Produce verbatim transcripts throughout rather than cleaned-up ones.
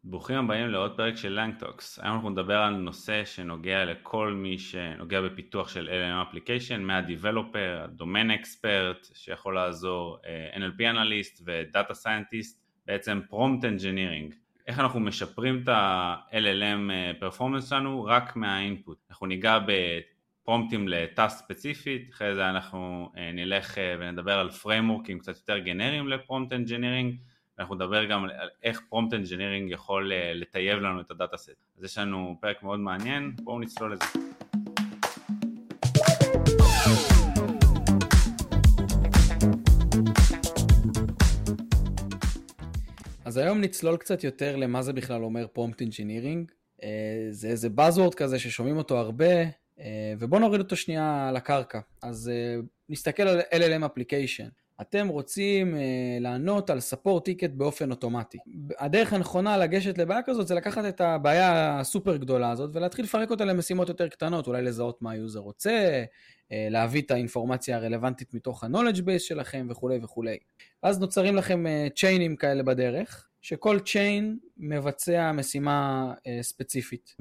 ברוכים הבאים לעוד פרק של LangTalks. היום אנחנו נדבר על נושא שנוגע לכל מי שנוגע בפיתוח של אל אל אם Application, מה-Developer, ה-Domain Expert שיכול לעזור, אן אל פי Analyst ו-Data Scientist, בעצם Prompt Engineering. איך אנחנו משפרים את ה-אל אל אם Performance שלנו רק מה-Input. אנחנו ניגע בפרומפטים לטאסק ספציפית, אחרי זה אנחנו נלך ונדבר על Frameworking קצת יותר גנריים ל-Prompt Engineering, אנחנו נדבר גם על איך פרומפט אנג'ינירינג יכול לטייב לנו את הדאטה סט. אז יש לנו פרק מאוד מעניין, בואו נצלול לזה. אז היום נצלול קצת יותר למה זה בכלל אומר פרומפט אנג'ינירינג. זה איזה buzzword כזה ששומעים אותו הרבה, ובואו נוריד אותו שנייה לקרקע. אז נסתכל על אל אל אם Application. אתם רוצים uh, לענות על support ticket באופן אוטומטי. הדרך הנכונה לגשת לבעיה כזאת זה לקחת את הבעיה הסופר גדולה הזאת ולהתחיל לפרק אותה למשימות יותר קטנות, אולי לזהות מה היוזר רוצה, uh, להביא את האינפורמציה הרלוונטית מתוך ה-knowledge base שלכם וכו' וכו'. אז נוצרים לכם uh, צ'יינים כאלה בדרך, שכל צ'יין מבצע משימה uh, ספציפית.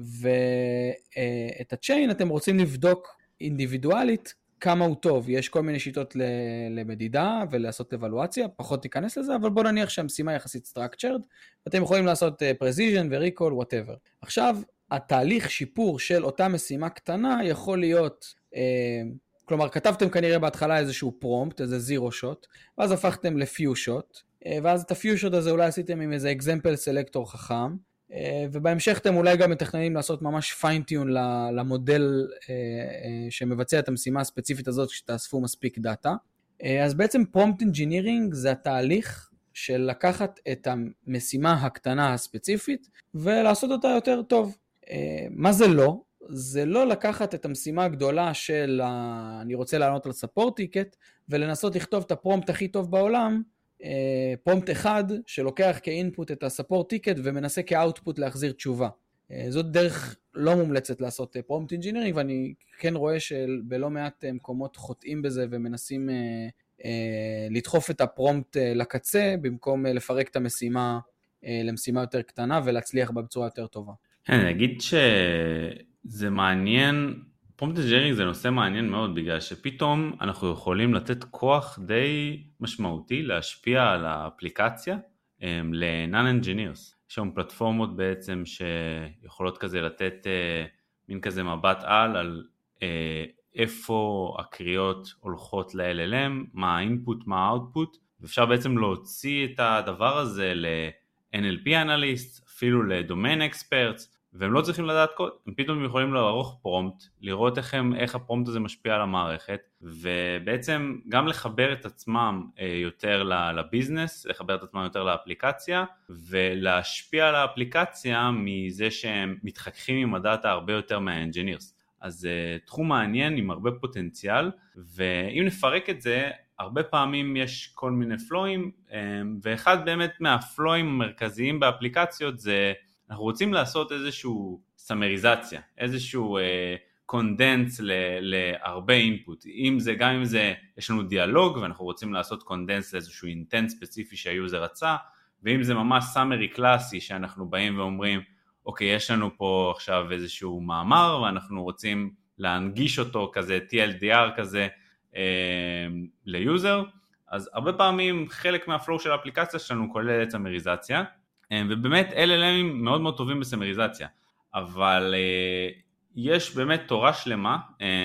ואת uh, הצ'יין אתם רוצים לבדוק אינדיבידואלית, כמה הוא טוב. יש כל מיני שיטות למדידה ולעשות אבלואציה, פחות תיכנס לזה, אבל בוא נניח שהמשימה יחסית structured, אתם יכולים לעשות precision ו-recall, whatever. עכשיו, התהליך שיפור של אותה משימה קטנה יכול להיות, כלומר, כתבתם כנראה בהתחלה איזשהו prompt, איזה zero shot, ואז הפכתם ל-few shot, ואז את ה-few shot הזה אולי עשיתם עם איזה example selector חכם, ובהמשך אתם אולי גם מתכננים לעשות ממש פיינטיון למודל שמבצע את המשימה הספציפית הזאת כשתאספו מספיק דאטה. אז בעצם פרומפט אנג'ינירינג זה התהליך של לקחת את המשימה הקטנה הספציפית ולעשות אותה יותר טוב. מה זה לא? זה לא לקחת את המשימה הגדולה של אני רוצה לענות על ספורט טיקט ולנסות לכתוב את הפרומפט הכי טוב בעולם, פרומפט אחד שלוקח כאינפוט את הספורט טיקט ומנסה כאוטפוט להחזיר תשובה. זאת דרך לא מומלצת לעשות פרומפט אנג'ינירינג, ואני כן רואה שבלא מעט מקומות חוטאים בזה ומנסים לדחוף את הפרומפט לקצה במקום לפרק את המשימה למשימה יותר קטנה ולהצליח בה בצורה יותר טובה. אני אגיד שזה מעניין, פרומפט אנג'ינירינג זה נושא מעניין מאוד, בגלל שפתאום אנחנו יכולים לתת כוח די משמעותי להשפיע על האפליקציה ל-non engineers. יש שם פלטפורמות בעצם שיכולות כזה לתת מין כזה מבט על, על איפה הקריאות הולכות ל-אל אל אם, מה האינפוט, מה האוטפוט, ואפשר בעצם להוציא את הדבר הזה ל-אן אל פי Analyst, אפילו ל-Domain Experts, והם לא צריכים לדעת קוד, הם פתאום יכולים לערוך פרומפט, לראות איך, הם, איך הפרומפט הזה משפיע על המערכת, ובעצם גם לחבר את עצמם יותר לביזנס, לחבר את עצמם יותר לאפליקציה, ולהשפיע על האפליקציה מזה שהם מתחככים עם הדאטה הרבה יותר מהאנג'ינירס. אז תחום מעניין עם הרבה פוטנציאל, ואם נפרק את זה, הרבה פעמים יש כל מיני פלואים, ואחד באמת מהפלואים המרכזיים באפליקציות זה אנחנו רוצים לעשות איזשהו סמריזציה, איזשהו קונדנס להרבה אינפוט. אם זה, גם אם זה, יש לנו דיאלוג ואנחנו רוצים לעשות קונדנס לאיזשהו אינטנט ספציפי שהיוזר רצה, ואם זה ממש סאמרי קלאסי שאנחנו באים ואומרים, אוקיי, יש לנו פה עכשיו איזשהו מאמר ואנחנו רוצים להנגיש אותו כזה, טי אל די אר כזה אה, ליוזר, אז הרבה פעמים חלק מהפלואו של האפליקציה שלנו כולל את סמריזציה, ובאמת אל אל אם מאוד מאוד טובים בסמריזציה, אבל יש באמת תורה שלמה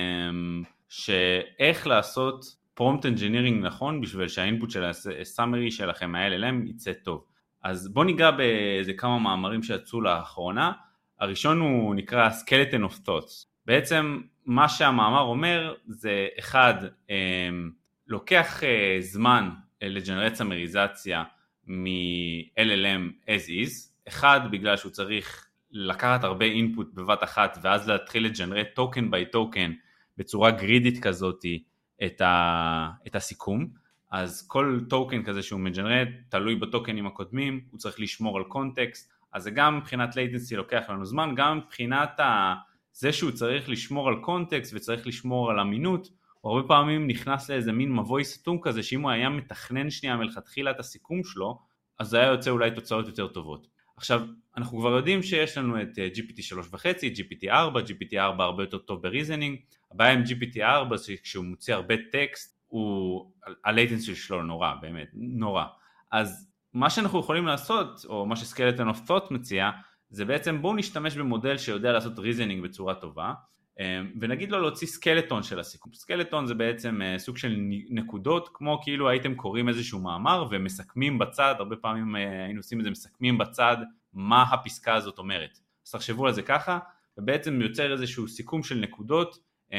שאיך לעשות פרומפט אנג'ינירינג נכון בשביל שהאינפוט של הסאמרי שלכם ה-אל אל אם יצא טוב. אז בוא ניגע באיזה כמה מאמרים שיצאו לאחרונה. הראשון הוא נקרא Skeleton of Thoughts. בעצם מה שהמאמר אומר זה אחד, לוקח זמן לג'נרט סמריזציה מ-אל אל אם as is, אחד בגלל שהוא צריך לקחת הרבה אינפוט בבת אחת ואז להתחיל לג'נרט טוקן ביי טוקן בצורה גרידית כזאת את, ה, את הסיכום, אז כל טוקן כזה שהוא מג'נרט תלוי בטוקנים הקודמים, הוא צריך לשמור על קונטקסט, אז זה גם מבחינת latency לוקח לנו זמן, גם מבחינת ה, זה שהוא צריך לשמור על קונטקסט וצריך לשמור על אמינות, הוא הרבה פעמים נכנס לאיזה מין מבוי סתום כזה, שאם הוא היה מתכנן שנייה מלכתחילה את הסיכום שלו, אז זה היה יוצא אולי תוצאות יותר טובות. עכשיו, אנחנו כבר יודעים שיש לנו את ג'י פי טי שלוש וחצי, ג'י פי טי ארבע, ג'י פי טי ארבע הרבה יותר טוב בריזנינג, הבעיה עם ג'י פי טי ארבע זה כשהוא מוציא הרבה טקסט, הוא, ה-latency שלו נורא, באמת, נורא. אז מה שאנחנו יכולים לעשות, או מה שסקלטון אוף ת'וט מציע, זה בעצם בואו נשתמש במודל שיודע לעשות ריזנינג בצורה טובה, ונגיד לו להוציא סקלטון של הסיכום. סקלטון זה בעצם סוג של נקודות, כמו כאילו הייתם קוראים איזשהו מאמר ומסכמים בצד, הרבה פעמים היינו עושים את זה, מסכמים בצד מה הפסקה הזאת אומרת. אז תחשבו על זה ככה, ובעצם יוצר איזשהו סיכום של נקודות,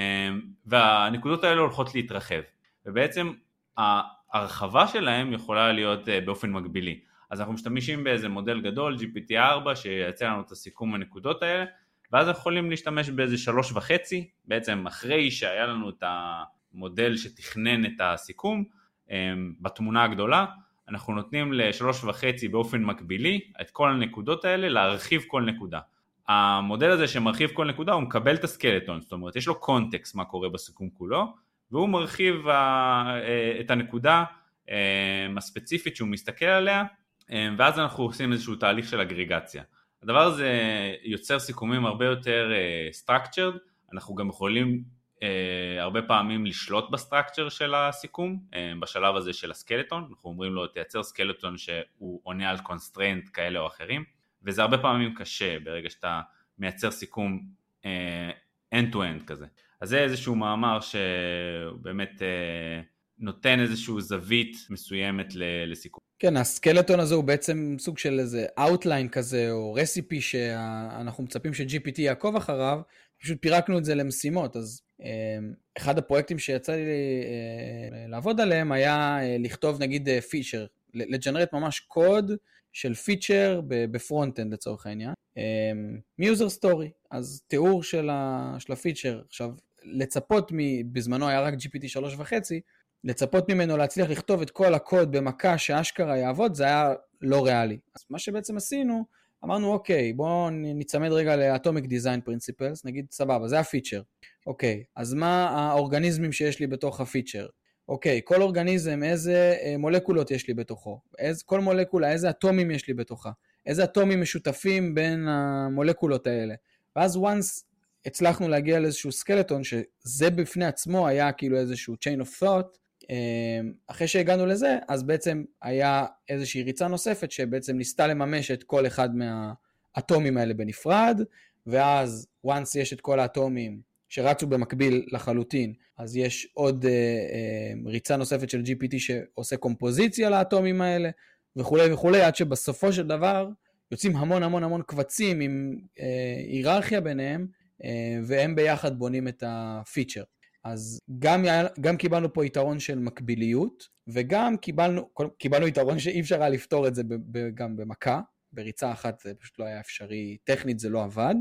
והנקודות האלה הולכות להתרחב. ובעצם ההרחבה שלהם יכולה להיות באופן מקבילי. אז אנחנו משתמשים באיזה מודל גדול, ג'י פי טי ארבע, שיצא לנו את הסיכום הנקודות האלה, ואז אנחנו יכולים להשתמש באיזה שלוש וחצי, בעצם אחרי שהיה לנו את המודל שתכנן את הסיכום, בתמונה הגדולה, אנחנו נותנים לשלוש וחצי באופן מקבילי, את כל הנקודות האלה, להרחיב כל נקודה. המודל הזה שמרחיב כל נקודה, הוא מקבל את הסקלטון, זאת אומרת, יש לו קונטקסט מה קורה בסיכום כולו, והוא מרחיב את הנקודה הספציפית שהוא מסתכל עליה, ואז אנחנו עושים איזשהו תהליך של אגריגציה. הדבר הזה יוצר סיכומים הרבה יותר structured, אנחנו גם יכולים הרבה פעמים לשלוט בסטרקצ'ר של הסיכום, בשלב הזה של הסקלטון, אנחנו אומרים לו תייצר סקלטון שהוא עונה על constraint כאלה או אחרים, וזה הרבה פעמים קשה ברגע שאתה מייצר סיכום end-to-end כזה. אז זה איזשהו מאמר שבאמת נותן איזשהו זווית מסוימת לסיכום. כן, הסקלטון הזה הוא בעצם סוג של איזה outline כזה, או רסיפי שאנחנו מצפים ש-ג'י פי טי יעקוב אחריו, פשוט פירקנו את זה למשימות. אז אחד הפרויקטים שיצא לי לעבוד עליהם היה לכתוב נגיד פיצ'ר, לג'נרט ממש קוד של פיצ'ר בפרונט-אנד לצורך העניין, מיוזר סטורי, אז תיאור של הפיצ'ר. עכשיו, לצפות, בזמנו היה רק ג'י פי טי שלוש וחצי, לצפות ממנו להצליח לכתוב את כל הקוד במכה שאשכרה יעבוד, זה היה לא ריאלי. אז מה שבעצם עשינו, אמרנו, אוקיי, בואו נצמד רגע ל-Atomic Design Principles, נגיד, סבבה, זה הפיצ'ר. אוקיי, אז מה האורגניזמים שיש לי בתוך הפיצ'ר? אוקיי, כל אורגניזם, איזה מולקולות יש לי בתוכו? איזה, כל מולקולה, איזה אטומים יש לי בתוכה? איזה אטומים משותפים בין המולקולות האלה? ואז once הצלחנו להגיע לאיזשהו סקלטון, שזה בפני עצמו היה כאילו איזשהו chain of thought, אחרי שהגענו לזה, אז בעצם היה איזושהי ריצה נוספת, שבעצם ניסתה לממש את כל אחד מהאטומים האלה בנפרד, ואז once יש את כל האטומים שרצו במקביל לחלוטין, אז יש עוד uh, uh, ריצה נוספת של ג'י פי טי שעושה קומפוזיציה לאטומים האלה, וכולי וכולי, עד שבסופו של דבר יוצאים המון המון המון קבצים עם uh, היררכיה ביניהם, uh, והם ביחד בונים את הפיצ'ר. אז גם, גם קיבלנו פה יתרון של מקביליות, וגם קיבלנו, קיבלנו יתרון שאי אפשר היה לפתור את זה ב, ב, גם במכה, בריצה אחת זה פשוט לא היה אפשרי, טכנית זה לא עבד,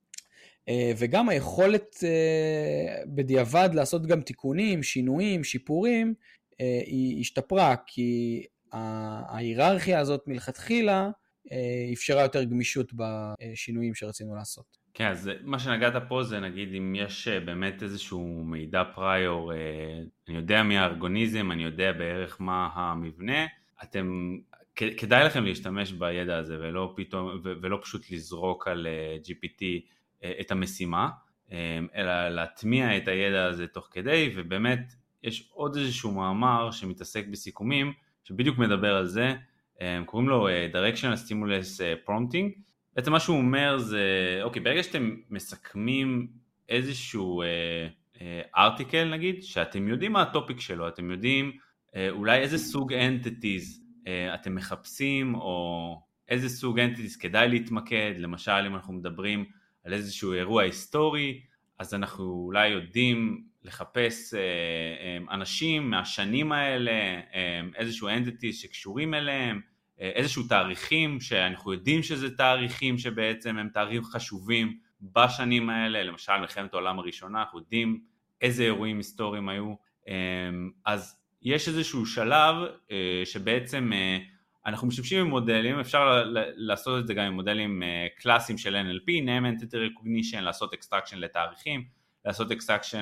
וגם היכולת בדיעבד לעשות גם תיקונים, שינויים, שיפורים, היא השתפרה, כי ההיררכיה הזאת מלכתחילה אפשרה יותר גמישות בשינויים שרצינו לעשות. כן, אז מה שנגעת פה זה נגיד אם יש באמת איזשהו מידע פריור, אני יודע מי הארגוניזם, אני יודע בערך מה המבנה, אתם, כדאי לכם להשתמש בידע הזה ולא פתאום, ולא פשוט לזרוק על ג'י פי טי את המשימה, אלא להטמיע את הידע הזה תוך כדי, ובאמת יש עוד איזשהו מאמר שמתעסק בסיכומים, שבדיוק מדבר על זה, קוראים לו Directional Stimulus Prompting, בעצם מה שהוא אומר זה, אוקיי, ברגע שאתם מסכמים איזשהו ארטיקל נגיד, שאתם יודעים מה הטופיק שלו, אתם יודעים אולי איזה סוג entities אתם מחפשים, או איזה סוג entities כדאי להתמקד, למשל אם אנחנו מדברים על איזשהו אירוע היסטורי, אז אנחנו אולי יודעים לחפש אנשים מהשנים האלה, איזשהו entities שקשורים אליהם, איזשהו תאריכים שאנחנו יודעים שזה תאריכים שבעצם הם תאריכים חשובים בשנים האלה, למשל מלחמת העולם הראשונה, אנחנו יודעים איזה אירועים היסטוריים היו, אז יש איזשהו שלב שבעצם אנחנו משתמשים עם מודלים, אפשר לעשות את זה גם עם מודלים קלאסיים של אן אל פי, Name Entity Recognition, לעשות extraction לתאריכים, לעשות extraction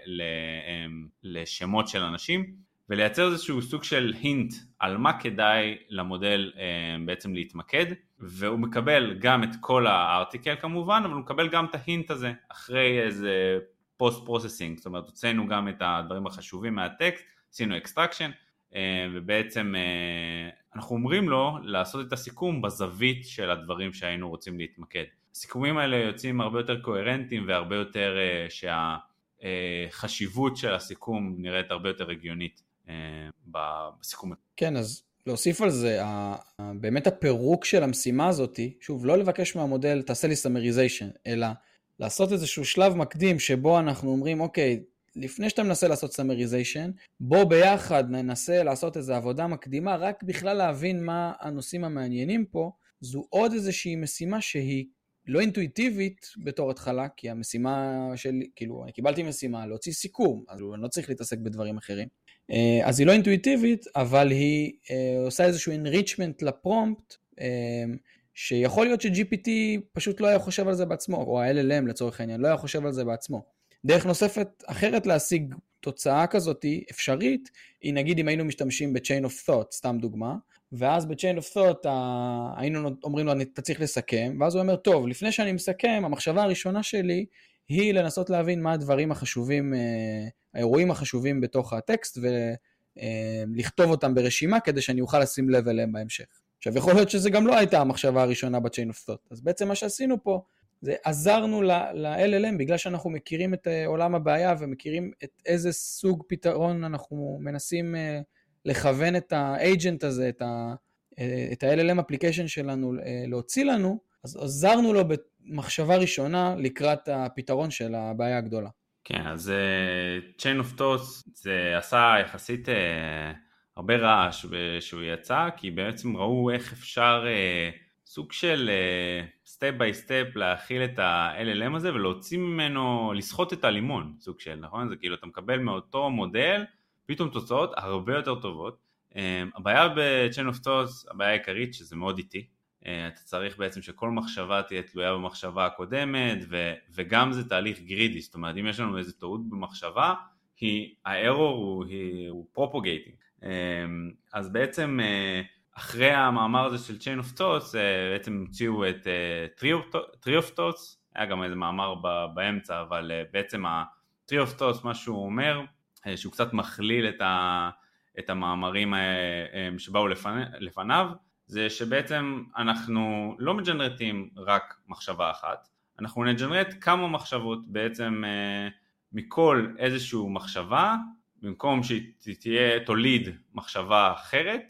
לשמות של אנשים, ולייצר איזשהו סוג של הינט על מה כדאי למודל בעצם להתמקד, והוא מקבל גם את כל הארטיקל כמובן, אבל הוא מקבל גם את ההינט הזה, אחרי איזה פוסט פרוססינג, זאת אומרת, הוצאנו גם את הדברים החשובים מהטקסט, עשינו אקסטרקשן, ובעצם אנחנו אומרים לו לעשות את הסיכום בזווית של הדברים שהיינו רוצים להתמקד. הסיכומים האלה יוצאים הרבה יותר קוהרנטיים, והרבה יותר שהחשיבות של הסיכום נראית הרבה יותר הגיונית בסיכום. כן, אז להוסיף על זה, באמת הפירוק של המשימה הזאת, שוב, לא לבקש מהמודל, תעשה לי סמריזיישן, אלא לעשות איזשהו שלב מקדים, שבו אנחנו אומרים, אוקיי, לפני שאתה מנסה לעשות סמריזיישן, בוא ביחד ננסה לעשות איזו עבודה מקדימה, רק בכלל להבין מה הנושאים המעניינים פה, זו עוד איזושהי משימה שהיא לא אינטואיטיבית בתור התחלה, כי המשימה שלי, כאילו, אני קיבלתי משימה להוציא סיכום, אז אני לא צריך להתעסק בדברים אחרים. אז היא לא אינטואיטיבית, אבל היא עושה איזשהו enrichment לפרומפט, שיכול להיות ש-ג'י פי טי פשוט לא היה חושב על זה בעצמו, או ה-אל אל אם לצורך העניין, לא היה חושב על זה בעצמו. דרך נוספת אחרת להשיג תוצאה כזאת אפשרית, היא נגיד אם היינו משתמשים ב-chain of thought, סתם דוגמה, ואז ב-chain of thought היינו אומרים לו, אתה צריך לסכם, ואז הוא אומר, טוב, לפני שאני מסכם, המחשבה הראשונה שלי היא לנסות להבין מה הדברים החשובים, האירועים החשובים בתוך הטקסט, ולכתוב אותם ברשימה, כדי שאני אוכל לשים לב אליהם בהמשך. עכשיו, יכול להיות שזה גם לא הייתה המחשבה הראשונה ב-chain of thought, אז בעצם מה שעשינו פה, זה עזרנו ל-אל אל אם, בגלל שאנחנו מכירים את עולם הבעיה, ומכירים את איזה סוג פתרון אנחנו מנסים לכוון את האג'נט הזה, את ה- את ה-אל אל אם אפליקיישן שלנו להוציא לנו, אז עזרנו לו במחשבה ראשונה לקראת הפתרון של הבעיה הגדולה. כן, אז uh, Chain of Thoughts זה עשה יחסית uh, הרבה רעש שהוא יצא, כי בעצם ראו איך אפשר uh, סוג של סטפ ביי סטפ להכיל את ה-אל אל אם הזה ולהוציא ממנו, לסחוט את הלימון, סוג של, נכון? זה כאילו אתה מקבל מאותו מודל פתאום תוצאות הרבה יותר טובות. Um, הבעיה ב-Chain of Thoughts, הבעיה העיקרית שזה מאוד איטי, uh, אתה צריך בעצם שכל מחשבה תהיה תלויה במחשבה הקודמת, ו- וגם זה תהליך גרידי, זאת אומרת אם יש לנו איזו טעות במחשבה, היא, הארור הוא, היא, הוא propagating. Um, אז בעצם uh, אחרי המאמר הזה של Chain of Thoughts, בעצם המציאו את Tree of Thoughts, היה גם איזה מאמר באמצע, אבל בעצם ה-Tree of Thoughts, מה שהוא אומר, שהוא קצת מכליל את, ה, את המאמרים שבאו לפניו, זה שבעצם אנחנו לא מג'נרטים רק מחשבה אחת, אנחנו נג'נרט כמה מחשבות בעצם מכל איזשהו מחשבה, במקום שהיא תהיה תוליד מחשבה אחרת,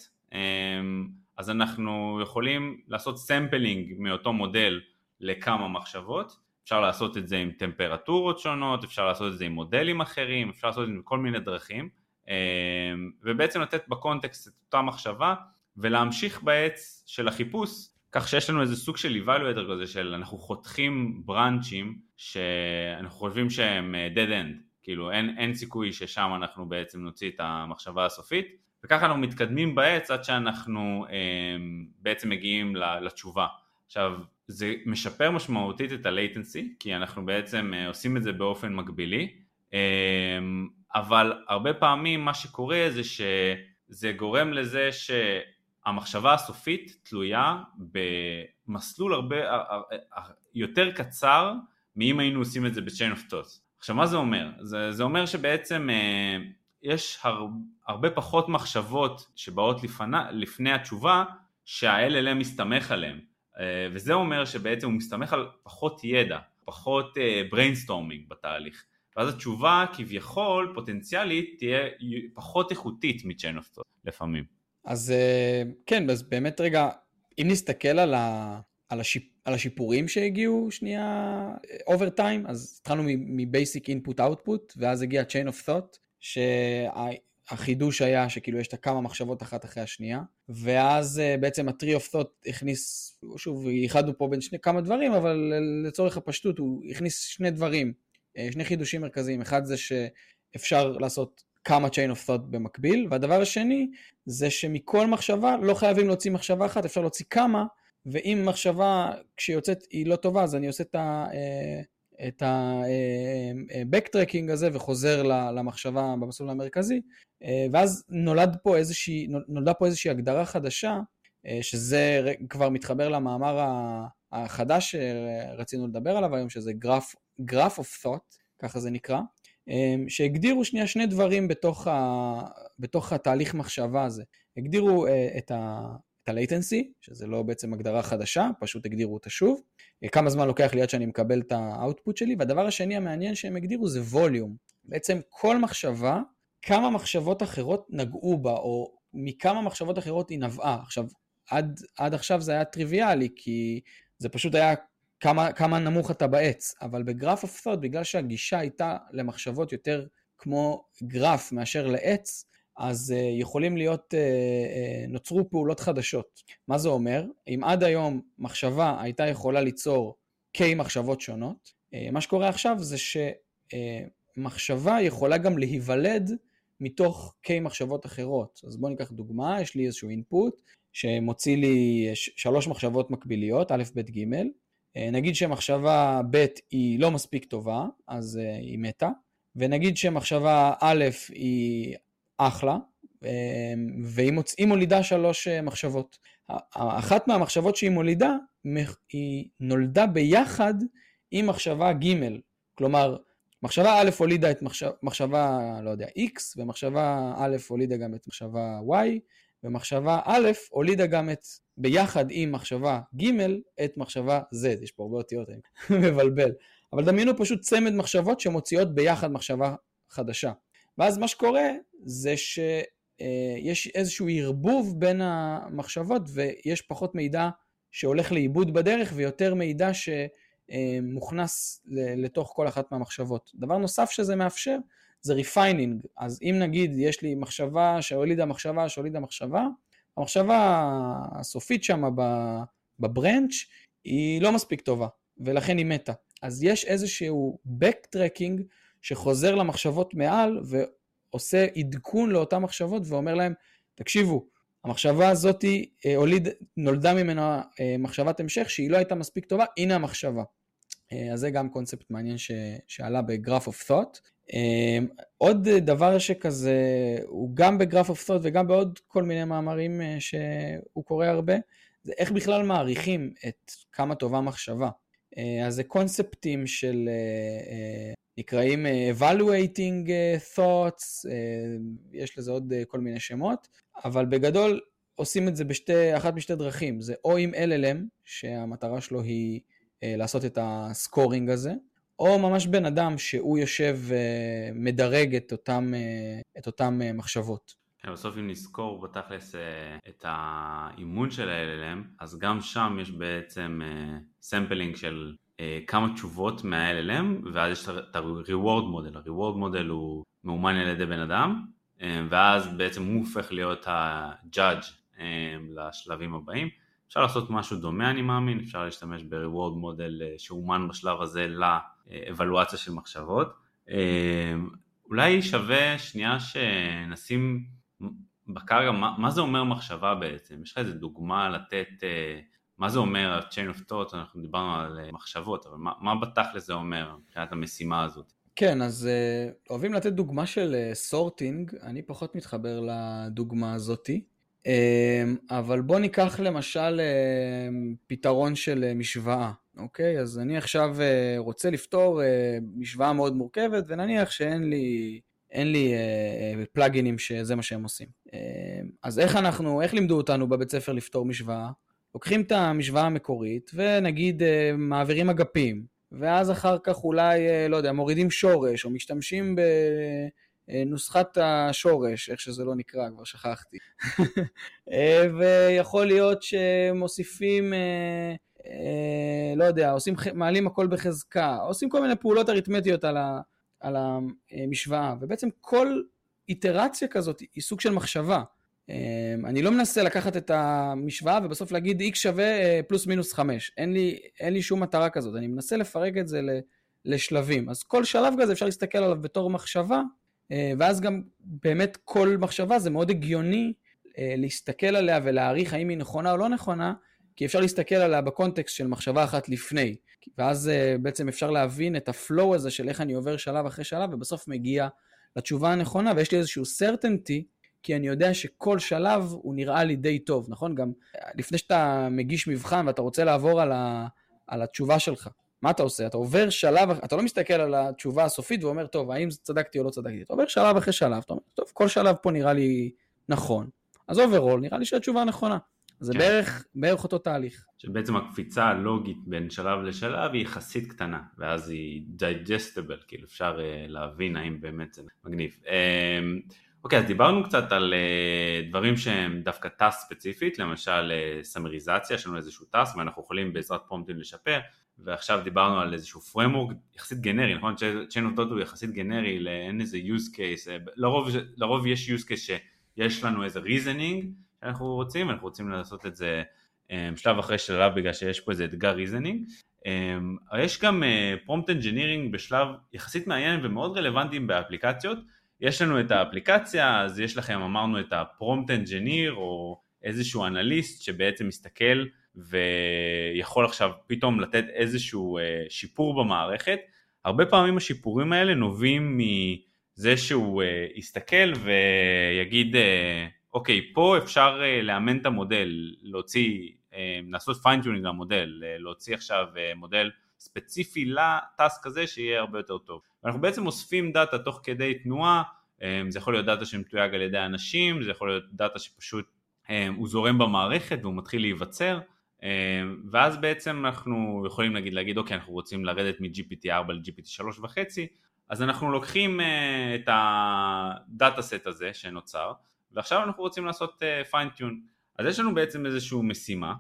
אז אנחנו יכולים לעשות סמפלינג מאותו מודל לכמה מחשבות, אפשר לעשות את זה עם טמפרטורות שונות, אפשר לעשות את זה עם מודלים אחרים, אפשר לעשות את זה עם כל מיני דרכים, ובעצם לתת בקונטקסט את אותה מחשבה, ולהמשיך בעץ של החיפוש, כך שיש לנו איזה סוג של evaluator כזה, של אנחנו חותכים ברנצ'ים, שאנחנו חושבים שהם dead end, כאילו אין, אין סיכוי ששם אנחנו בעצם נוציא את המחשבה הסופית, וככה אנחנו מתקדמים בעץ עד שאנחנו אה, בעצם מגיעים לתשובה. עכשיו, זה משפר משמעותית את ה-latency, כי אנחנו בעצם אה, עושים את זה באופן מקבילי, אה, אבל הרבה פעמים מה שקורה זה שזה גורם לזה שהמחשבה הסופית תלויה במסלול הרבה יותר קצר, מאם היינו עושים את זה ב-chain of thoughts. עכשיו, מה זה אומר? זה, זה אומר שבעצם אה, יש הר, הרבה פחות מחשבות שבאות לפני, לפני התשובה, שה-אל אל אם מסתמך עליהם. אה, וזה אומר שבעצם הוא מסתמך על פחות ידע, פחות אה, brainstorming בתהליך. ואז התשובה כביכול פוטנציאלית תהיה פחות איכותית מ-chain of thought לפעמים. אז אה, כן, אז באמת רגע, אם נסתכל על ה... על, השיפ... על השיפורים שהגיעו שנייה over time, אז התחלנו מ-basic input output, ואז הגיע chain of thought, שהחידוש היה שכאילו יש את כמה מחשבות אחת אחרי השנייה, ואז בעצם ה-tree of thought הכניס, שוב, ייחדנו פה בין שני כמה דברים, אבל לצורך הפשטות הוא הכניס שני דברים, שני חידושים מרכזיים. אחד זה שאפשר לעשות כמה chain of thought במקביל, והדבר השני זה שמכל מחשבה לא חייבים להוציא מחשבה אחת, אפשר להוציא כמה, ואם מחשבה כשיוצאת היא לא טובה, אז אני עושה את ה-backtracking הזה וחוזר למחשבה במסלול המרכזי, ואז נולד פה איזושהי, נולדה פה איזושהי הגדרה חדשה, שזה כבר מתחבר למאמר החדש שרצינו לדבר עליו היום, שזה Graph, Graph of Thought, ככה זה נקרא, שהגדירו שנייה שני דברים בתוך, ה, בתוך התהליך מחשבה הזה. הגדירו את ה... את ה-latency, שזה לא בעצם הגדרה חדשה, פשוט הגדירו אותה שוב, כמה זמן לוקח לי עד שאני מקבל את האוטפוט שלי, והדבר השני המעניין שהם הגדירו זה ווליום. בעצם כל מחשבה, כמה מחשבות אחרות נגעו בה, או מכמה מחשבות אחרות היא נבעה. עכשיו, עד, עד עכשיו זה היה טריוויאלי, כי זה פשוט היה כמה, כמה נמוך אתה בעץ, אבל בגרף of thought, בגלל שהגישה הייתה למחשבות יותר כמו גרף מאשר לעץ, אז uh, יכולים להיות, uh, uh, נוצרו פעולות חדשות. מה זה אומר? אם עד היום מחשבה הייתה יכולה ליצור K מחשבות שונות, uh, מה שקורה עכשיו זה שמחשבה uh, יכולה גם להיוולד מתוך K מחשבות אחרות. אז בואו ניקח דוגמה, יש לי איזשהו אינפוט שמוציא לי ש- שלוש מחשבות מקביליות, א', ב', ג', uh, נגיד שמחשבה ב' היא לא מספיק טובה, אז uh, היא מתה, ונגיד שמחשבה א' היא אחלה, והיא מוצ... מולידה שלוש מחשבות. אחת מהמחשבות שהיא מולידה, היא נולדה ביחד עם מחשבה ג', כלומר, מחשבה א' הולידה את מחשב... מחשבה, לא יודע, X, ומחשבה א' הולידה גם את מחשבה Y, ומחשבה א' הולידה גם את, ביחד עם מחשבה ג', את מחשבה Z. יש פה הרבה אותיות, אני מבלבל. אבל דמיינו פשוט צמד מחשבות שמוציאות ביחד מחשבה חדשה. ואז מה שקורה זה שיש איזשהו ערבוב בין המחשבות, ויש פחות מידע שהולך לאיבוד בדרך, ויותר מידע שמוכנס לתוך כל אחת מהמחשבות. דבר נוסף שזה מאפשר, זה refining. אז אם נגיד יש לי מחשבה שהולידה מחשבה שהולידה מחשבה, המחשבה הסופית שם בברנץ' היא לא מספיק טובה, ולכן היא מתה. אז יש איזשהו backtracking שחוזר למחשבות מעל ועושה עדכון לאותן מחשבות ואומר להם, תקשיבו, המחשבה הזאת הוליד, נולדה ממנה מחשבת המשך שהיא לא הייתה מספיק טובה, הנה המחשבה. אז זה גם קונספט מעניין ש, שעלה בגרף of thought. עוד דבר שכזה, הוא גם בגרף of thought וגם בעוד כל מיני מאמרים שהוא קורא הרבה, זה איך בכלל מעריכים את כמה טובה מחשבה. אז זה קונספטים של... נקראים evaluating thoughts, יש לזה עוד כל מיני שמות, אבל בגדול עושים את זה בשתי, אחת משתי דרכים, זה או עם אל אל אם, שהמטרה שלו היא לעשות את הסקורינג הזה, או ממש בן אדם שהוא יושב ומדרג את אותם, את אותם מחשבות. בסוף אם נזכור בתכלס את האימון של ה-אל אל אם, אז גם שם יש בעצם סמפלינג של כמה תשובות מה-אל אל אם, ואז יש את ה-reward model. ה-reward model הוא מאומן על ידי בן אדם, ואז בעצם הוא הופך להיות ה-judge לשלבים הבאים. אפשר לעשות משהו דומה, אני מאמין, אפשר להשתמש ב-reward model שאומן בשלב הזה לאבלואציה של מחשבות. אולי שווה שנייה שנשים בקרקע, מה, מה זה אומר מחשבה בעצם? יש לך איזו דוגמה לתת... מה זה אומר chain of thought? אנחנו דיברנו על מחשבות, אבל מה, מה בתכל'ס זה אומר מבחינת המשימה הזאת? כן, אז uh, אוהבים לתת דוגמה של sorting, uh, אני פחות מתחבר לדוגמה הזאתי, uh, אבל בוא ניקח למשל uh, פתרון של uh, משוואה, אוקיי? אז אני עכשיו uh, רוצה לפתור uh, משוואה מאוד מורכבת, ונניח שאין לי... אין לי uh, פלאגינים שזה מה שהם עושים. Uh, אז איך אנחנו, איך לימדו אותנו בבית ספר לפתור משוואה? לוקחים את המשוואה המקורית, ונגיד uh, מעבירים אגפים, ואז אחר כך אולי, uh, לא יודע, מורידים שורש, או משתמשים בנוסחת השורש, איך שזה לא נקרא, כבר שכחתי. uh, ויכול להיות שמוסיפים, uh, uh, לא יודע, עושים, מעלים הכל בחזקה, עושים כל מיני פעולות אריתמטיות על ה... על המשוואה, ובעצם כל איטרציה כזאת היא סוג של מחשבה. אני לא מנסה לקחת את המשוואה ובסוף להגיד x שווה פלוס מינוס חמש, אין לי, אין לי שום מטרה כזאת, אני מנסה לפרק את זה לשלבים, אז כל שלב כזה אפשר להסתכל עליו בתור מחשבה, ואז גם באמת כל מחשבה זה מאוד הגיוני להסתכל עליה ולהעריך האם היא נכונה או לא נכונה, כי אפשר להסתכל עליה בקונטקסט של מחשבה אחת לפני, ואז בעצם אפשר להבין את הפלואו הזה של איך אני עובר שלב אחרי שלב, ובסוף מגיע לתשובה הנכונה, ויש לי איזשהו certainty, כי אני יודע שכל שלב הוא נראה לי די טוב, נכון? גם לפני שאתה מגיש מבחן ואתה רוצה לעבור על, ה, על התשובה שלך, מה אתה עושה? אתה עובר שלב, אתה לא מסתכל על התשובה הסופית ואומר, טוב, האם צדקתי או לא צדקתי? אתה עובר שלב אחרי שלב, אתה אומר, טוב, כל שלב פה נראה לי נכון. אז אוברול, נראה לי שהתשובה נכונה. זה כן. בערך, בערך אותו תהליך. שבעצם הקפיצה הלוגית בין שלב לשלב היא יחסית קטנה, ואז היא digestible, כאילו אפשר uh, להבין האם באמת זה מגניב. Um, אוקיי, אז דיברנו קצת על uh, דברים שהם דווקא טאסק ספציפית, למשל uh, סמריזציה, יש לנו איזשהו טאסק, ואנחנו יכולים בעזרת פרומפטים לשפר, ועכשיו דיברנו על איזשהו framework יחסית גנרי, נכון? Chain of Thought הוא יחסית גנרי, אין איזה use case, לרוב, לרוב יש use case שיש לנו איזה reasoning שאנחנו רוצים, ואנחנו רוצים לעשות את זה שלב אחרי שלב, בגלל שיש פה איזה אתגר reasoning. יש גם prompt engineering בשלב יחסית מעניין ומאוד רלוונטיים באפליקציות. יש לנו את האפליקציה, אז יש לכם, אמרנו, את ה-prompt engineer, או איזשהו אנליסט שבעצם מסתכל ויכול עכשיו פתאום לתת איזשהו שיפור במערכת. הרבה פעמים השיפורים האלה נובעים מזה שהוא יסתכל ויגיד, אוקיי, פה אפשר לאמן את המודל, להוציא, לעשות פיינטיונינג למודל, להוציא עכשיו מודל ספציפי לטאסק הזה שיהיה הרבה יותר טוב. ואנחנו בעצם אוספים דאטה תוך כדי תנועה, זה יכול להיות דאטה שמתויג על ידי אנשים, זה יכול להיות דאטה שפשוט הוא זורם במערכת והוא מתחיל להיווצר, ואז בעצם אנחנו יכולים להגיד, להגיד אוקיי, אנחנו רוצים לרדת מ-ג'י פי טי ארבע ל-ג'י פי טי שלוש וחצי, אז אנחנו לוקחים את הדאטה סט הזה שנוצר, ועכשיו אנחנו רוצים לעשות פיינטיון. אז יש לנו בעצם איזושהי משימה,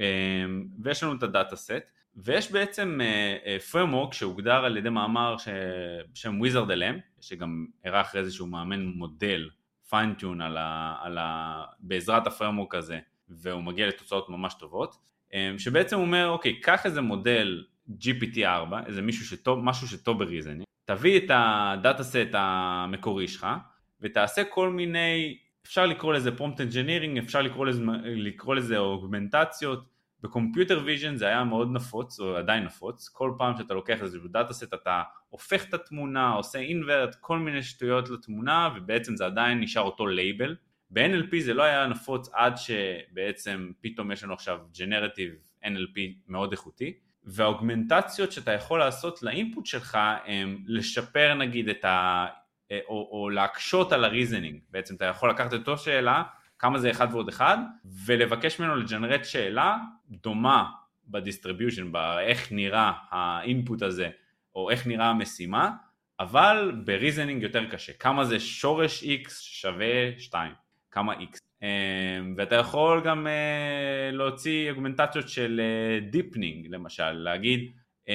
ויש לנו את הדאטה סט, ויש בעצם framework שהוגדר על ידי מאמר בשם Wizard אל אם, שגם הראה אחרי איזשהו מאמן מודל פיינטיון על ה, על ה, בעזרת הפרמורק הזה, והוא מגיע לתוצאות ממש טובות, שבעצם הוא אומר, אוקיי, קח איזה מודל ג'י פי טי ארבע, איזה מישהו שטוב, משהו שטוב בריזני, תביא את הדאטה סט המקורי שלך, ותעשה כל מיני, אפשר לקרוא לזה prompt engineering, אפשר לקרוא לזה, לקרוא לזה אוגמנטציות. בקומפיוטר ויז'ן זה היה מאוד נפוץ, או עדיין נפוץ, כל פעם שאתה לוקח איזשהו דאטה סט, אתה הופך את התמונה, עושה אינברט, כל מיני שטויות לתמונה, ובעצם זה עדיין נשאר אותו לייבל. ב-אן אל פי זה לא היה נפוץ עד שבעצם פתאום יש לנו עכשיו Generative אן אל פי מאוד איכותי, והאוגמנטציות שאתה יכול לעשות לאינפוט שלך, הם לשפר נגיד את ה... או, או להקשות על הריזנינג. בעצם אתה יכול לקחת את אותו שאלה, כמה זה אחד ועוד אחד, ולבקש ממנו לג'נרט שאלה דומה בדיסטריביושן, באיך נראה האינפוט הזה, או איך נראה המשימה, אבל בריזנינג יותר קשה. כמה זה שורש X שווה שתיים, כמה X. ואתה יכול גם להוציא אוגמנטציות של דיפנינג, למשל, להגיד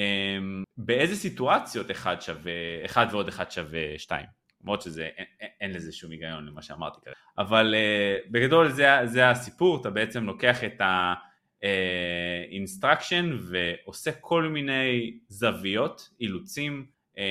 באיזה סיטואציות אחד שווה, אחד ועוד אחד שווה שתיים. למרות שזה, אין, אין לזה שום היגיון למה שאמרתי כרגע. אבל uh, בגדול זה, זה הסיפור, אתה בעצם לוקח את ה-instruction uh, ועושה כל מיני זוויות, אילוצים uh,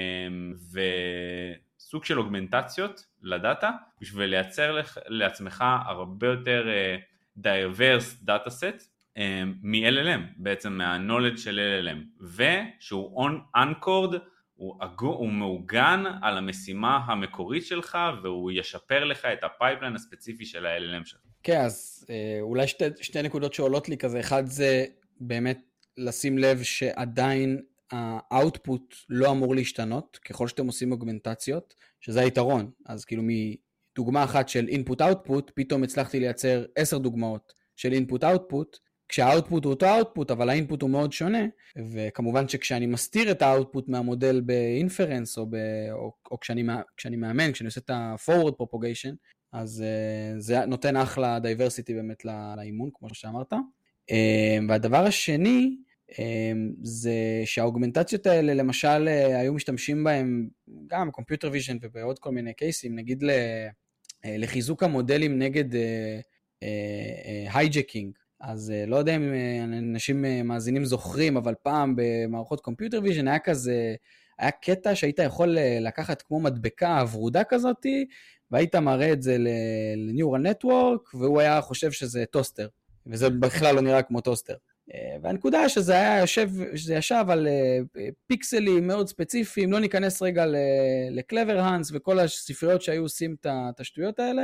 וסוג של אוגמנטציות לדאטה, בשביל לייצר לעצמך הרבה יותר uh, diverse data set uh, מ-אל אל אם, בעצם מה-knowledge של אל אל אם, ושהוא on-anchored, הוא, הוא מעוגן על המשימה המקורית שלך, והוא ישפר לך את הפייפליין הספציפי של ה-אל אל אם שלך. כן, אז אולי שתי, שתי נקודות שעולות לי כזה, אחד זה באמת לשים לב שעדיין האוטפוט לא אמור להשתנות, ככל שאתם עושים אוגמנטציות, שזה היתרון. אז כאילו מדוגמה אחת של input-output, פתאום הצלחתי לייצר עשר דוגמאות של input-output, כשהאוטפוט הוא אותו האוטפוט, אבל האינפוט הוא מאוד שונה, וכמובן שכשאני מסתיר את האוטפוט מהמודל באינפרנס, או, ב, או, או כשאני, כשאני מאמן, כשאני עושה את ה-forward propagation, אז uh, זה נותן אחלה diversity באמת לאימון, כמו שאמרת. Uh, והדבר השני, uh, זה שהאוגמנטציות האלה, למשל, uh, היו משתמשים בהם, גם computer vision ובעוד כל מיני קייסים, נגיד ל, uh, לחיזוק המודלים נגד הייג'קינג, uh, uh, uh, אז לא יודע אם אנשים מאזינים זוכרים, אבל פעם במערכות קומפיוטר ויז'ן היה כזה, היה קטע שהיית יכול לקחת כמו מדבקה ורודה כזאת, והיית מראה את זה לניורל נטוורק, והוא היה חושב שזה טוסטר, וזה בכלל לא נראה כמו טוסטר. והנקודה שזה היה יושב, שזה ישב על פיקסלים מאוד ספציפיים, לא ניכנס רגע לקלבר הנס וכל הספריות שהיו עושים את השטויות האלה,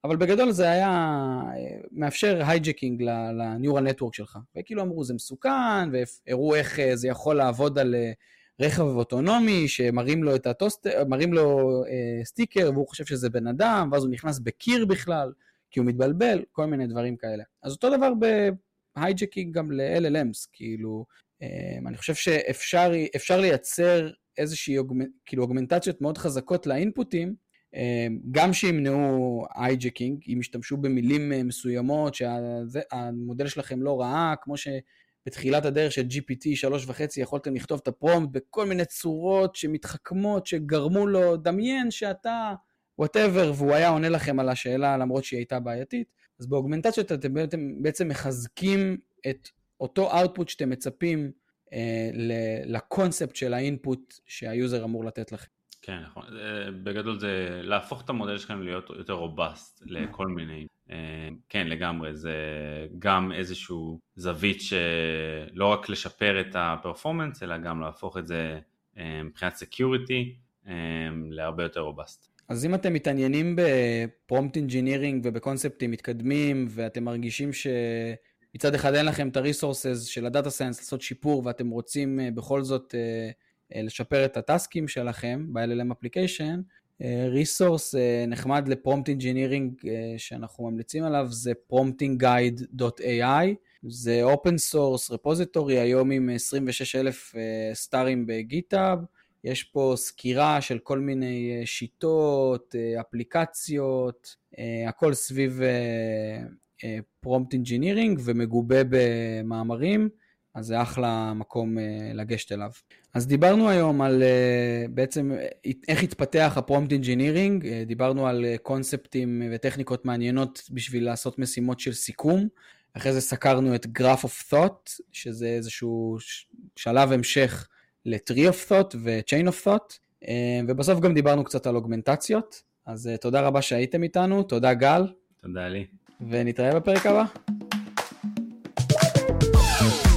אבל בגדול זה היה מאפשר הייג'קינג לניורל נטוורק שלך. וכאילו אמרו זה מסוכן, והראו איך זה יכול לעבוד על רכב אוטונומי, שמראים לו את הטוסטר, מראים לו סטיקר, והוא חושב שזה בן אדם, ואז הוא נכנס בקיר בכלל, כי הוא מתבלבל, כל מיני דברים כאלה. אז אותו דבר בהייג'קינג גם ל-אל אל אמס, כאילו, אני חושב שאפשר לייצר איזושהי, כאילו, אוגמנטציות מאוד חזקות לאינפוטים, גם שימנעו הייג'קינג, אם ישתמשו במילים מסוימות, שהמודל שלכם לא ראה, כמו שבתחילת הדרך של ג'י פי טי שלוש וחצי, יכולתם לכתוב את הפרומפט בכל מיני צורות שמתחכמות, שגרמו לו, דמיין שאתה, whatever, והוא היה עונה לכם על השאלה, למרות שהיא הייתה בעייתית. אז באוגמנטציות אתם בעצם מחזקים את אותו output שאתם מצפים אה, לקונספט של האינפוט שהיוזר אמור לתת לכם. כן, נכון. בגדול זה להפוך את המודל שלכם להיות יותר רובסט לכל מיני. כן, לגמרי. זה גם איזשהו זווית שלא רק לשפר את הפרפורמנס, אלא גם להפוך את זה מבחינת סקיוריטי להרבה יותר רובסט. אז אם אתם מתעניינים בפרומפט אינג'ינירינג ובקונספטים מתקדמים, ואתם מרגישים שמצד אחד אין לכם את הריסורסס של הדאטה סיינס לעשות שיפור, ואתם רוצים בכל זאת לשפר את הטסקים שלכם ב-אל אל אם אפליקיישן, ריסורס נחמד לפרומפט אינג'ינירינג שאנחנו ממליצים עליו זה פרומפטינג גייד דוט איי איי, זה אופן סורס רפוזיטורי היום עם עשרים ושש אלף סטארים בגיטהאב, יש פה סקירה של כל מיני שיטות, אפליקציות, הכל סביב פרומפט אינג'ינירינג ומגובה במאמרים, אז זה אחלה מקום לגשת אליו. אז דיברנו היום על בעצם איך התפתח הפרומפט אינג'ינירינג, דיברנו על קונספטים וטכניקות מעניינות בשביל לעשות משימות של סיכום, אחרי זה סקרנו את Graph of Thought, שזה איזשהו שלב המשך ל-Tree of Thought ו-Chain of Thought, ובסוף גם דיברנו קצת על אוגמנטציות, אז תודה רבה שהייתם איתנו, תודה גל. תודה לי. ונתראה בפרק הבא.